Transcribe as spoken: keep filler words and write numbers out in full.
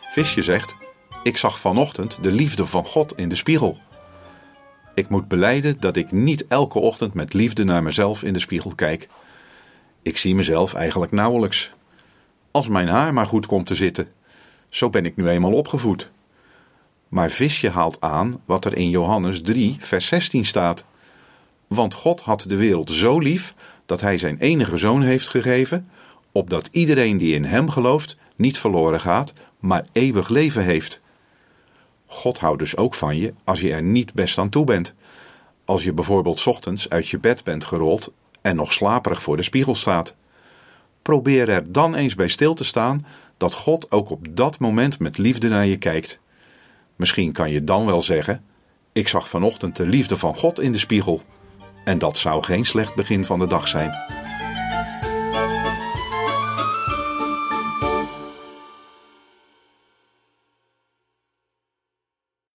Visje zegt: ik zag vanochtend de liefde van God in de spiegel. Ik moet belijden dat ik niet elke ochtend met liefde naar mezelf in de spiegel kijk. Ik zie mezelf eigenlijk nauwelijks. Als mijn haar maar goed komt te zitten. Zo ben ik nu eenmaal opgevoed. Maar Visje haalt aan wat er in Johannes drie, vers zestien staat. Want God had de wereld zo lief dat hij zijn enige zoon heeft gegeven, opdat iedereen die in hem gelooft niet verloren gaat, maar eeuwig leven heeft. God houdt dus ook van je als je er niet best aan toe bent. Als je bijvoorbeeld 's ochtends uit je bed bent gerold en nog slaperig voor de spiegel staat. Probeer er dan eens bij stil te staan dat God ook op dat moment met liefde naar je kijkt. Misschien kan je dan wel zeggen: ik zag vanochtend de liefde van God in de spiegel. En dat zou geen slecht begin van de dag zijn.